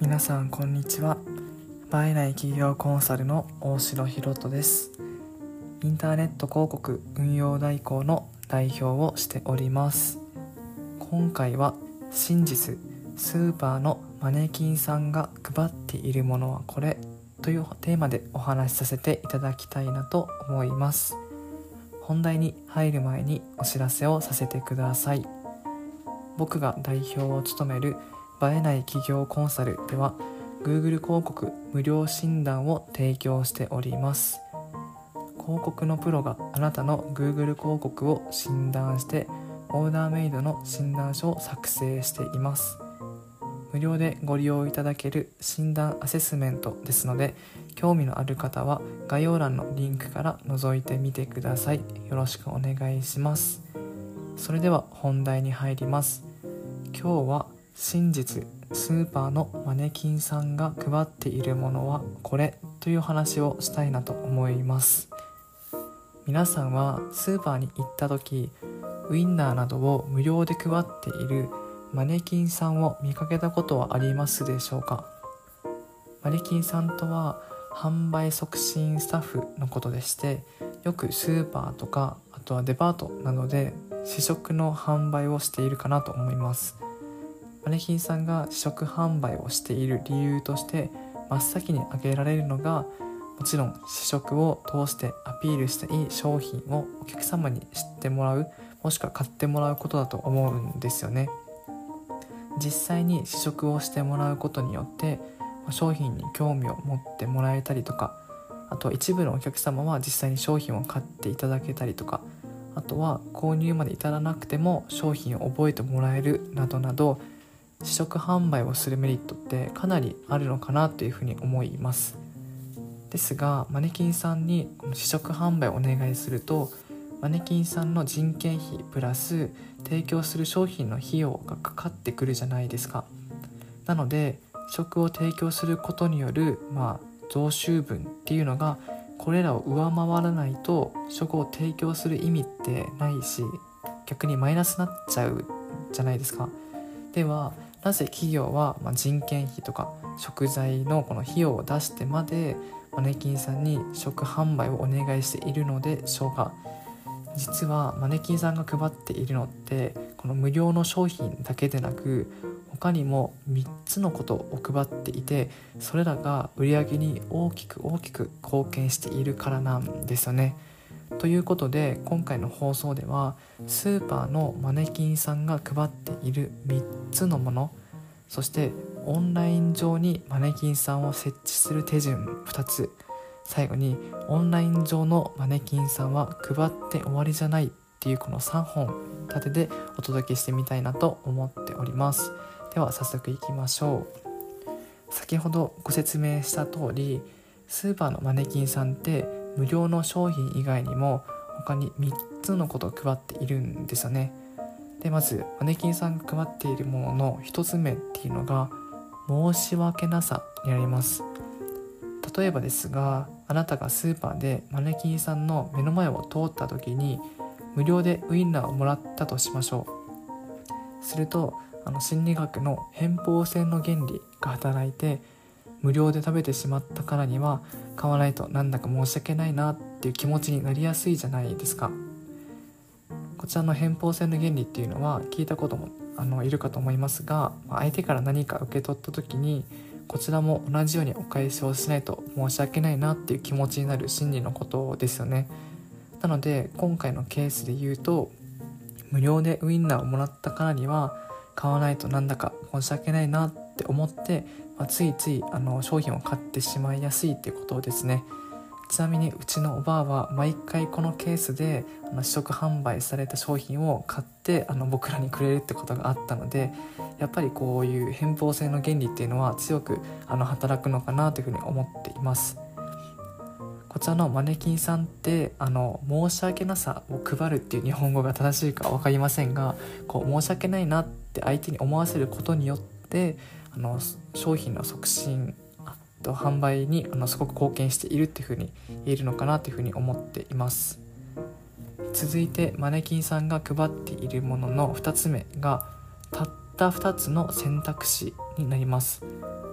皆さんこんにちは。映えない企業コンサルの大城ひろとです。インターネット広告運用代行の代表をしております。今回は真実、スーパーのマネキンさんが配っているものはこれというテーマでお話しさせていただきたいなと思います。本題に入る前にお知らせをさせてください。僕が代表を務める映えない企業コンサルでは Google 広告無料診断を提供しております。広告のプロがあなたの Google 広告を診断してオーダーメイドの診断書を作成しています。無料でご利用いただける診断アセスメントですので、興味のある方は概要欄のリンクから覗いてみてください。よろしくお願いします。それでは本題に入ります。今日は真実、スーパーのマネキンさんが配っているものはこれという話をしたいなと思います。皆さんはスーパーに行った時、ウインナーなどを無料で配っているマネキンさんを見かけたことはありますでしょうか？マネキンさんとは販売促進スタッフのことでして、よくスーパーとかあとはデパートなどで試食の販売をしているかなと思います。マネキンさんが試食販売をしている理由として真っ先に挙げられるのが、もちろん試食を通してアピールしていい商品をお客様に知ってもらう、もしくは買ってもらうことだと思うんですよね。実際に試食をしてもらうことによって商品に興味を持ってもらえたりとか、あと一部のお客様は実際に商品を買っていただけたりとか、あとは購入まで至らなくても商品を覚えてもらえるなどなど、試食販売をするメリットってかなりあるのかなというふうに思います。ですがマネキンさんにこの試食販売をお願いすると、マネキンさんの人件費プラス提供する商品の費用がかかってくるじゃないですか。なので試食を提供することによる増収分っていうのがこれらを上回らないと試食を提供する意味ってないし、逆にマイナスになっちゃうじゃないですか。ではなぜ企業は人件費とか食材のこの費用を出してまでマネキンさんに試食販売をお願いしているのでしょうか？実はマネキンさんが配っているのってこの無料の商品だけでなく、他にも3つのことを配っていて、それらが売り上げに大きく貢献しているからなんですよね。ということで今回の放送ではスーパーのマネキンさんが配っている3つのもの、そしてオンライン上にマネキンさんを設置する手順2つ、最後にオンライン上のマネキンさんは配って終わりじゃないっていうこの3本立てでお届けしてみたいなと思っております。では早速いきましょう。先ほどご説明した通り、スーパーのマネキンさんって無料の商品以外にも他に3つのことを配っているんですよね。でまずマネキンさんが配っているものの1つ目っていうのが申し訳なさになります。例えばですが、あなたがスーパーでマネキンさんの目の前を通った時に無料でウインナーをもらったとしましょう。すると心理学の偏方性の原理が働いて、無料で食べてしまったからには買わないとなんだか申し訳ないなっていう気持ちになりやすいじゃないですか。こちらの偏方性の原理っていうのは聞いたこともいるかと思いますが、相手から何か受け取った時にこちらも同じようにお返しをしないと申し訳ないなっていう気持ちになる心理のことですよね。なので今回のケースで言うと、無料でウインナーをもらったからには買わないとなんだか申し訳ないなって思って、ついつい商品を買ってしまいやすいっていうことですね。ちなみにうちのおばあは毎回このケースで試食販売された商品を買って僕らにくれるってことがあったので、やっぱりこういう偏方性の原理っていうのは強く働くのかなというふうに思っています。こちらのマネキンさんって申し訳なさを配るっていう日本語が正しいか分かりませんが、申し訳ないなって相手に思わせることによって商品の促進と販売にすごく貢献しているっていうふうに言えるのかなというふうに思っています。続いてマネキンさんが配っているものの2つ目がたった2つの選択肢になります。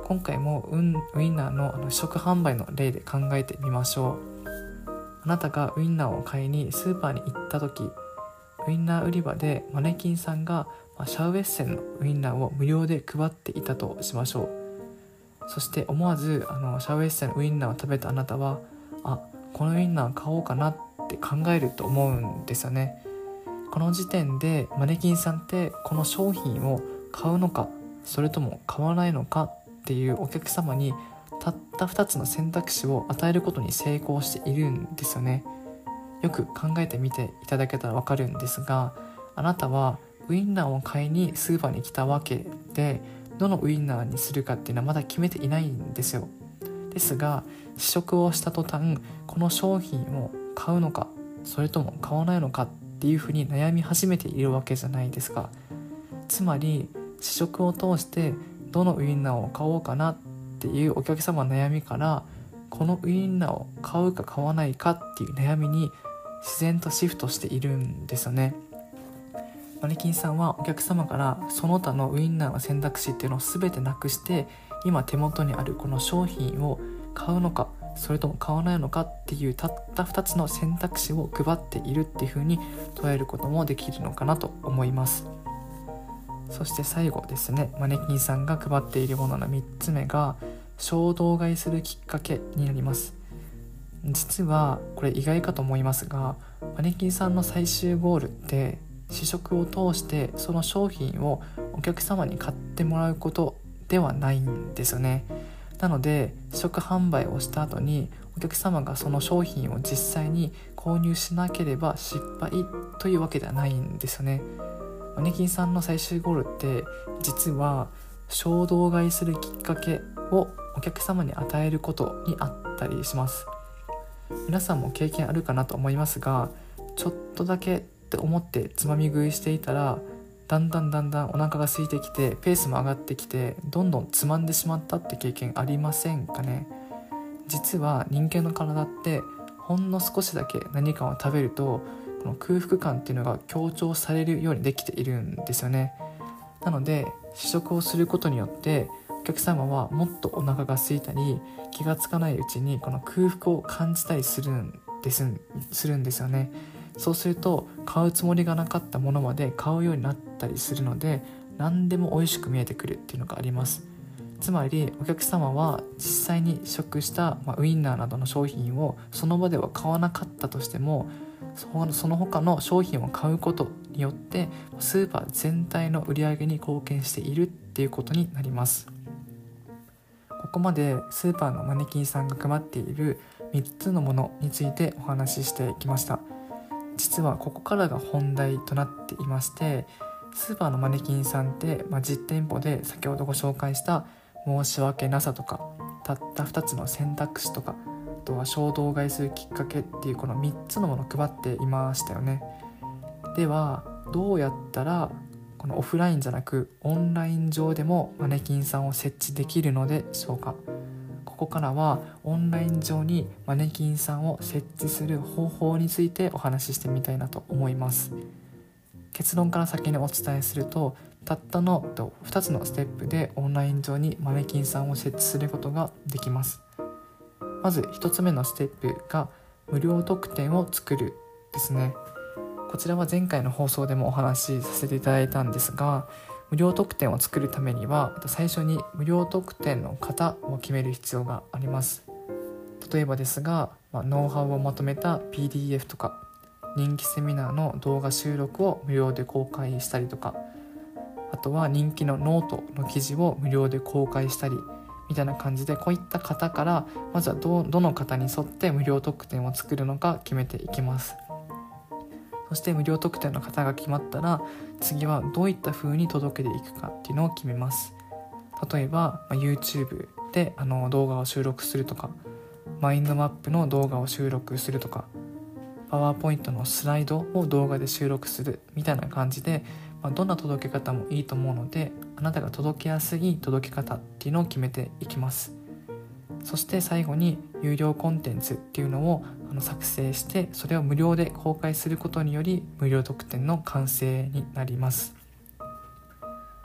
今回もウインナーの試食販売の例で考えてみましょう。あなたがウインナーを買いにスーパーに行った時、ウインナー売り場でマネキンさんがシャウエッセンのウインナーを無料で配っていたとしましょう。そして思わずシャウエッセンのウインナーを食べたあなたは、このウインナー買おうかなって考えると思うんですよね。この時点でマネキンさんってこの商品を買うのか、それとも買わないのかっていうお客様にたった2つの選択肢を与えることに成功しているんですよね。よく考えてみていただけたらわかるんですが、あなたはウインナーを買いにスーパーに来たわけで、どのウインナーにするかっていうのはまだ決めていないんですよ。ですが試食をした途端、この商品を買うのかそれとも買わないのかっていうふうに悩み始めているわけじゃないですか。つまり試食を通してどのウインナーを買おうかなっていうお客様の悩みから、このウインナーを買うか買わないかっていう悩みに自然とシフトしているんですよね。マネキンさんはお客様からその他のウインナーの選択肢っていうのを全てなくして、今手元にあるこの商品を買うのかそれとも買わないのかっていうたった2つの選択肢を配っているっていう風に捉えることもできるのかなと思います。そして最後ですね、マネキンさんが配っているものの3つ目が衝動買いするきっかけになります。実はこれ意外かと思いますが、マネキンさんの最終ゴールって試食を通してその商品をお客様に買ってもらうことではないんですよね。なので試食販売をした後にお客様がその商品を実際に購入しなければ失敗というわけではないんですよね。マネキンさんの最終ゴールって実は衝動買いするきっかけをお客様に与えることにあったりします。皆さんも経験あるかなと思いますが、ちょっとだけって思ってつまみ食いしていたら、だんだんお腹が空いてきてペースも上がってきてどんどんつまんでしまったって経験ありませんかね。実は人間の体ってほんの少しだけ何かを食べるとこの空腹感っていうのが強調されるようにできているんですよね。なので試食をすることによってお客様はもっとお腹が空いたり、気がつかないうちにこの空腹を感じたりするんですよね。そうすると買うつもりがなかったものまで買うようになったりするので、何でも美味しく見えてくるっていうのがあります。つまりお客様は実際に試食した、ウインナーなどの商品をその場では買わなかったとしても、その他の商品を買うことによってスーパー全体の売り上げに貢献しているっていうことになります。ここまでスーパーのマネキンさんが配っている3つのものについてお話ししてきました。実はここからが本題となっていまして、スーパーのマネキンさんって、実店舗で先ほどご紹介した申し訳なさとか、たった2つの選択肢とか、あとは衝動買いするきっかけっていうこの3つのものを配っていましたよね。ではどうやったらこのオフラインじゃなくオンライン上でもマネキンさんを設置できるのでしょうか。ここからはオンライン上にマネキンさんを設置する方法についてお話ししてみたいなと思います。結論から先にお伝えすると、たったの2つのステップでオンライン上にマネキンさんを設置することができます。まず1つ目のステップが無料特典を作るですね。こちらは前回の放送でもお話しさせていただいたんですが、無料特典を作るためには最初に無料特典の型を決める必要があります。例えばですが、ノウハウをまとめた PDF とか人気セミナーの動画収録を無料で公開したりとか、あとは人気のノートの記事を無料で公開したりみたいな感じで、こういった型からまずはどの型に沿って無料特典を作るのか決めていきます。そして無料特典の型が決まったら、次はどういった風に届けていくかっていうのを決めます。例えば、YouTube で動画を収録するとか、マインドマップの動画を収録するとか、パワーポイントのスライドを動画で収録するみたいな感じで、どんな届け方もいいと思うので、あなたが届けやすい届け方っていうのを決めていきます。そして最後に有料コンテンツっていうのを作成して、それを無料で公開することにより無料特典の完成になります。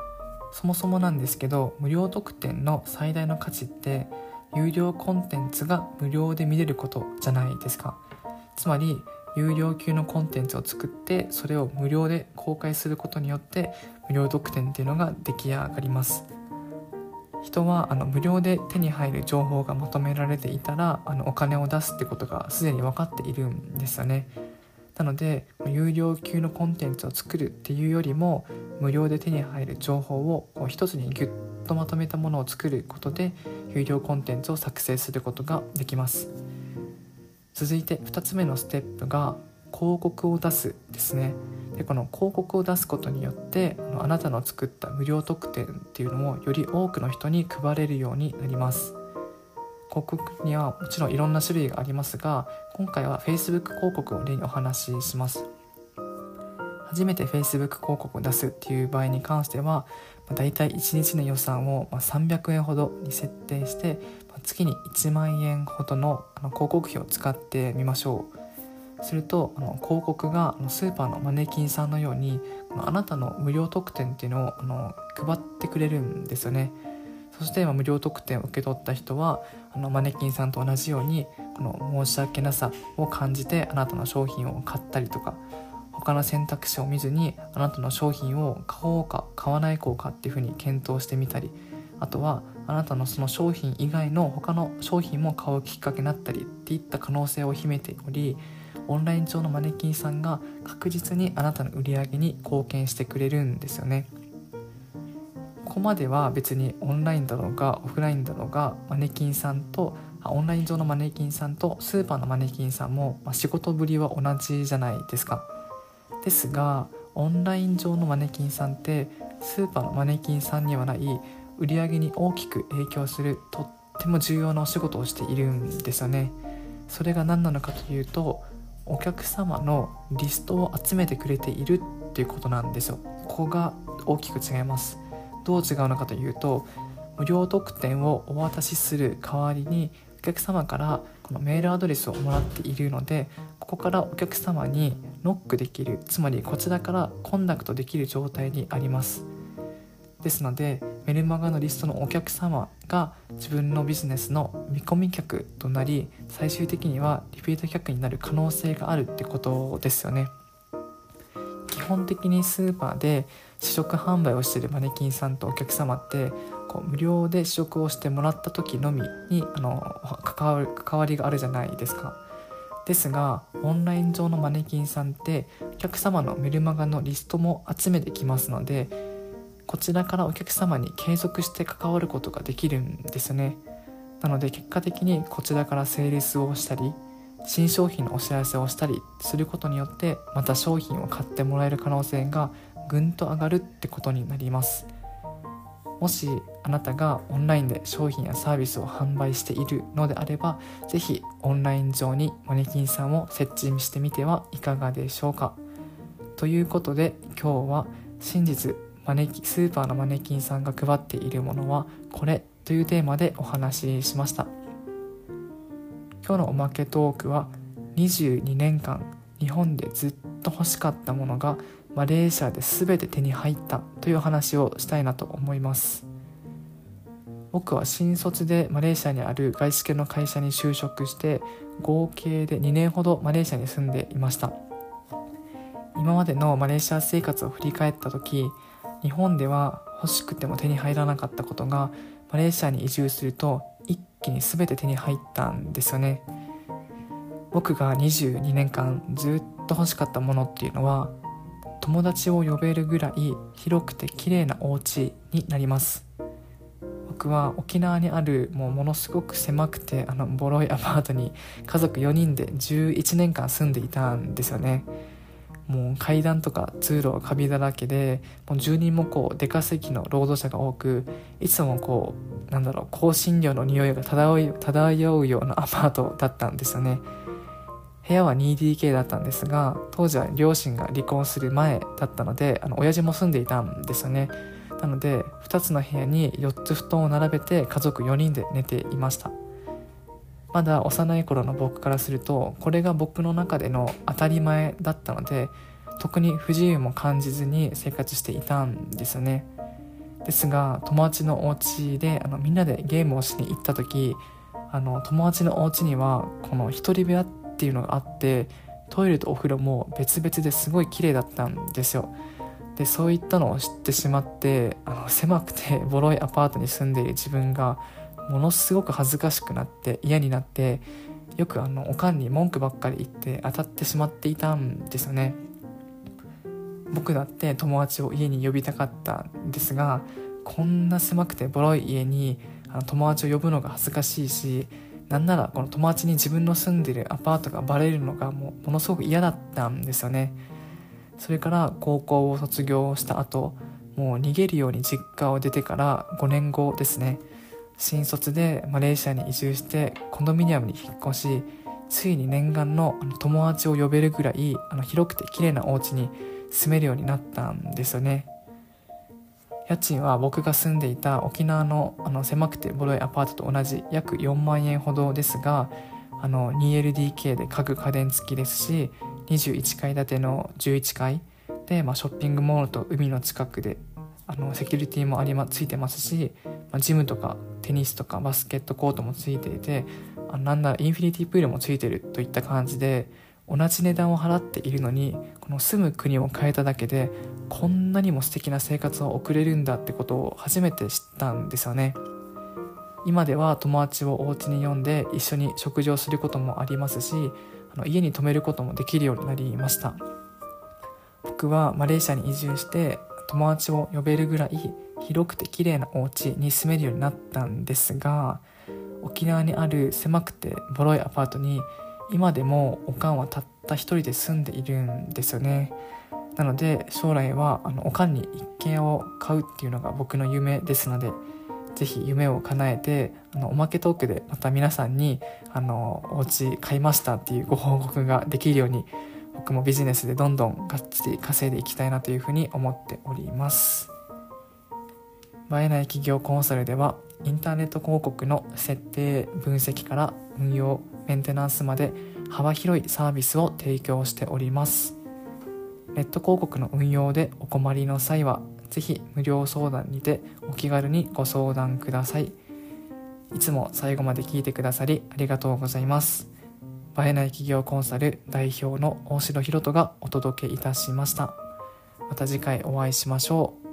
そもそもなんですけど、無料特典の最大の価値って有料コンテンツが無料で見れることじゃないですか。つまり有料級のコンテンツを作ってそれを無料で公開することによって無料特典っていうのが出来上がります。人は無料で手に入る情報がまとめられていたらお金を出すってことがすでに分かっているんですよね。なので有料級のコンテンツを作るっていうよりも無料で手に入る情報を一つにギュッとまとめたものを作ることで有料コンテンツを作成することができます。続いて2つ目のステップが広告を出すですね。でこの広告を出すことによってあなたの作った無料特典っていうのをより多くの人に配れるようになります。広告にはもちろんいろんな種類がありますが、今回は Facebook 広告を例にお話しします。初めて Facebook 広告を出すっていう場合に関しては、だいたい1日の予算を300円ほどに設定して月に1万円ほどの広告費を使ってみましょう。すると広告がスーパーのマネキンさんのようにあなたの無料特典っていうのを配ってくれるんですよね。そして無料特典を受け取った人はマネキンさんと同じようにこの申し訳なさを感じてあなたの商品を買ったりとか、他の選択肢を見ずにあなたの商品を買おうか買わないかっていうふうに検討してみたり、あとはあなたのその商品以外の他の商品も買うきっかけになったりっていった可能性を秘めており、オンライン上のマネキンさんが確実にあなたの売り上げに貢献してくれるんですよね。ここまでは別にオンラインだろうがオフラインだろうがマネキンさんとオンライン上のマネキンさんとスーパーのマネキンさんも仕事ぶりは同じじゃないですか。ですがオンライン上のマネキンさんってスーパーのマネキンさんにはない売り上げに大きく影響するとっても重要なお仕事をしているんですよね。それが何なのかというと、お客様のリストを集めてくれているっていうことなんですよ。ここが大きく違います。どう違うのかというと、無料特典をお渡しする代わりにお客様からこのメールアドレスをもらっているので、ここからお客様にノックできる、つまりこちらからコンタクトできる状態にあります。ですのでメルマガのリストのお客様が自分のビジネスの見込み客となり、最終的にはリピート客になる可能性があるってことですよね。基本的にスーパーで試食販売をしているマネキンさんとお客様って無料で試食をしてもらった時のみに関わりがあるじゃないですか。ですがオンライン上のマネキンさんってお客様のメルマガのリストも集めてきますので、こちらからお客様に継続して関わることができるんですね。なので結果的にこちらからセールスをしたり新商品のお知らせをしたりすることによってまた商品を買ってもらえる可能性がぐんと上がるってことになります。もしあなたがオンラインで商品やサービスを販売しているのであれば、ぜひオンライン上にマネキンさんを設置してみてはいかがでしょうか。ということで今日は真実スーパーのマネキンさんが配っているものはこれというテーマでお話ししました。今日のおまけトークは22年間日本でずっと欲しかったものがマレーシアで全て手に入ったという話をしたいなと思います。僕は新卒でマレーシアにある外資系の会社に就職して合計で2年ほどマレーシアに住んでいました。今までのマレーシア生活を振り返った時、日本では欲しくても手に入らなかったことがマレーシアに移住すると一気に全て手に入ったんですよね。僕が22年間ずっと欲しかったものっていうのは友達を呼べるぐらい広くて綺麗なお家になります。僕は沖縄にあるものすごく狭くてボロいアパートに家族4人で11年間住んでいたんですよね。もう階段とか通路はカビだらけで、もう住人も出稼ぎの労働者が多く、いつも香辛料の匂いが漂うようなアパートだったんですよね。部屋は 2DK だったんですが、当時は両親が離婚する前だったので親父も住んでいたんですよね。なので2つの部屋に4つ布団を並べて家族4人で寝ていました。まだ幼い頃の僕からするとこれが僕の中での当たり前だったので、特に不自由も感じずに生活していたんですよね。 ですが友達のお家でみんなでゲームをしに行った時、友達のお家にはこの一人部屋っていうのがあって、トイレとお風呂も別々ですごい綺麗だったんですよ。でそういったのを知ってしまって、狭くてボロいアパートに住んでいる自分がものすごく恥ずかしくなって嫌になって、よくおかんに文句ばっかり言って当たってしまっていたんですよね。僕だって友達を家に呼びたかったんですが、こんな狭くてボロい家に友達を呼ぶのが恥ずかしいし、なんならこの友達に自分の住んでいるアパートがバレるのがものすごく嫌だったんですよね。それから高校を卒業した後、もう逃げるように実家を出てから5年後ですね、新卒でマレーシアに移住してコンドミニアムに引っ越し、ついに念願の友達を呼べるぐらい広くて綺麗なお家に住めるようになったんですよね。家賃は僕が住んでいた沖縄の狭くてボロいアパートと同じ約4万円ほどですが、2LDK で家具家電付きですし、21階建ての11階で、ショッピングモールと海の近くでセキュリティもついてますし、ジムとかテニスとかバスケットコートもついていて、なんならインフィニティプールもついてるといった感じで、同じ値段を払っているのにこの住む国を変えただけでこんなにも素敵な生活を送れるんだってことを初めて知ったんですよね。今では友達をお家に呼んで一緒に食事をすることもありますし、家に泊めることもできるようになりました。僕はマレーシアに移住して友達を呼べるぐらい広くて綺麗なお家に住めるようになったんですが、沖縄にある狭くてボロいアパートに今でもおかんはたった一人で住んでいるんですよね。なので将来はおかんに一軒家を買うっていうのが僕の夢ですので、ぜひ夢を叶えておまけトークでまた皆さんにお家買いましたっていうご報告ができるように、僕もビジネスでどんどんがっつり稼いでいきたいなというふうに思っております。映えない企業コンサルではインターネット広告の設定分析から運用メンテナンスまで幅広いサービスを提供しております。ネット広告の運用でお困りの際はぜひ無料相談にてお気軽にご相談ください。いつも最後まで聞いてくださりありがとうございます。映えない企業コンサル代表の大城ひろとがお届けいたしました。また次回お会いしましょう。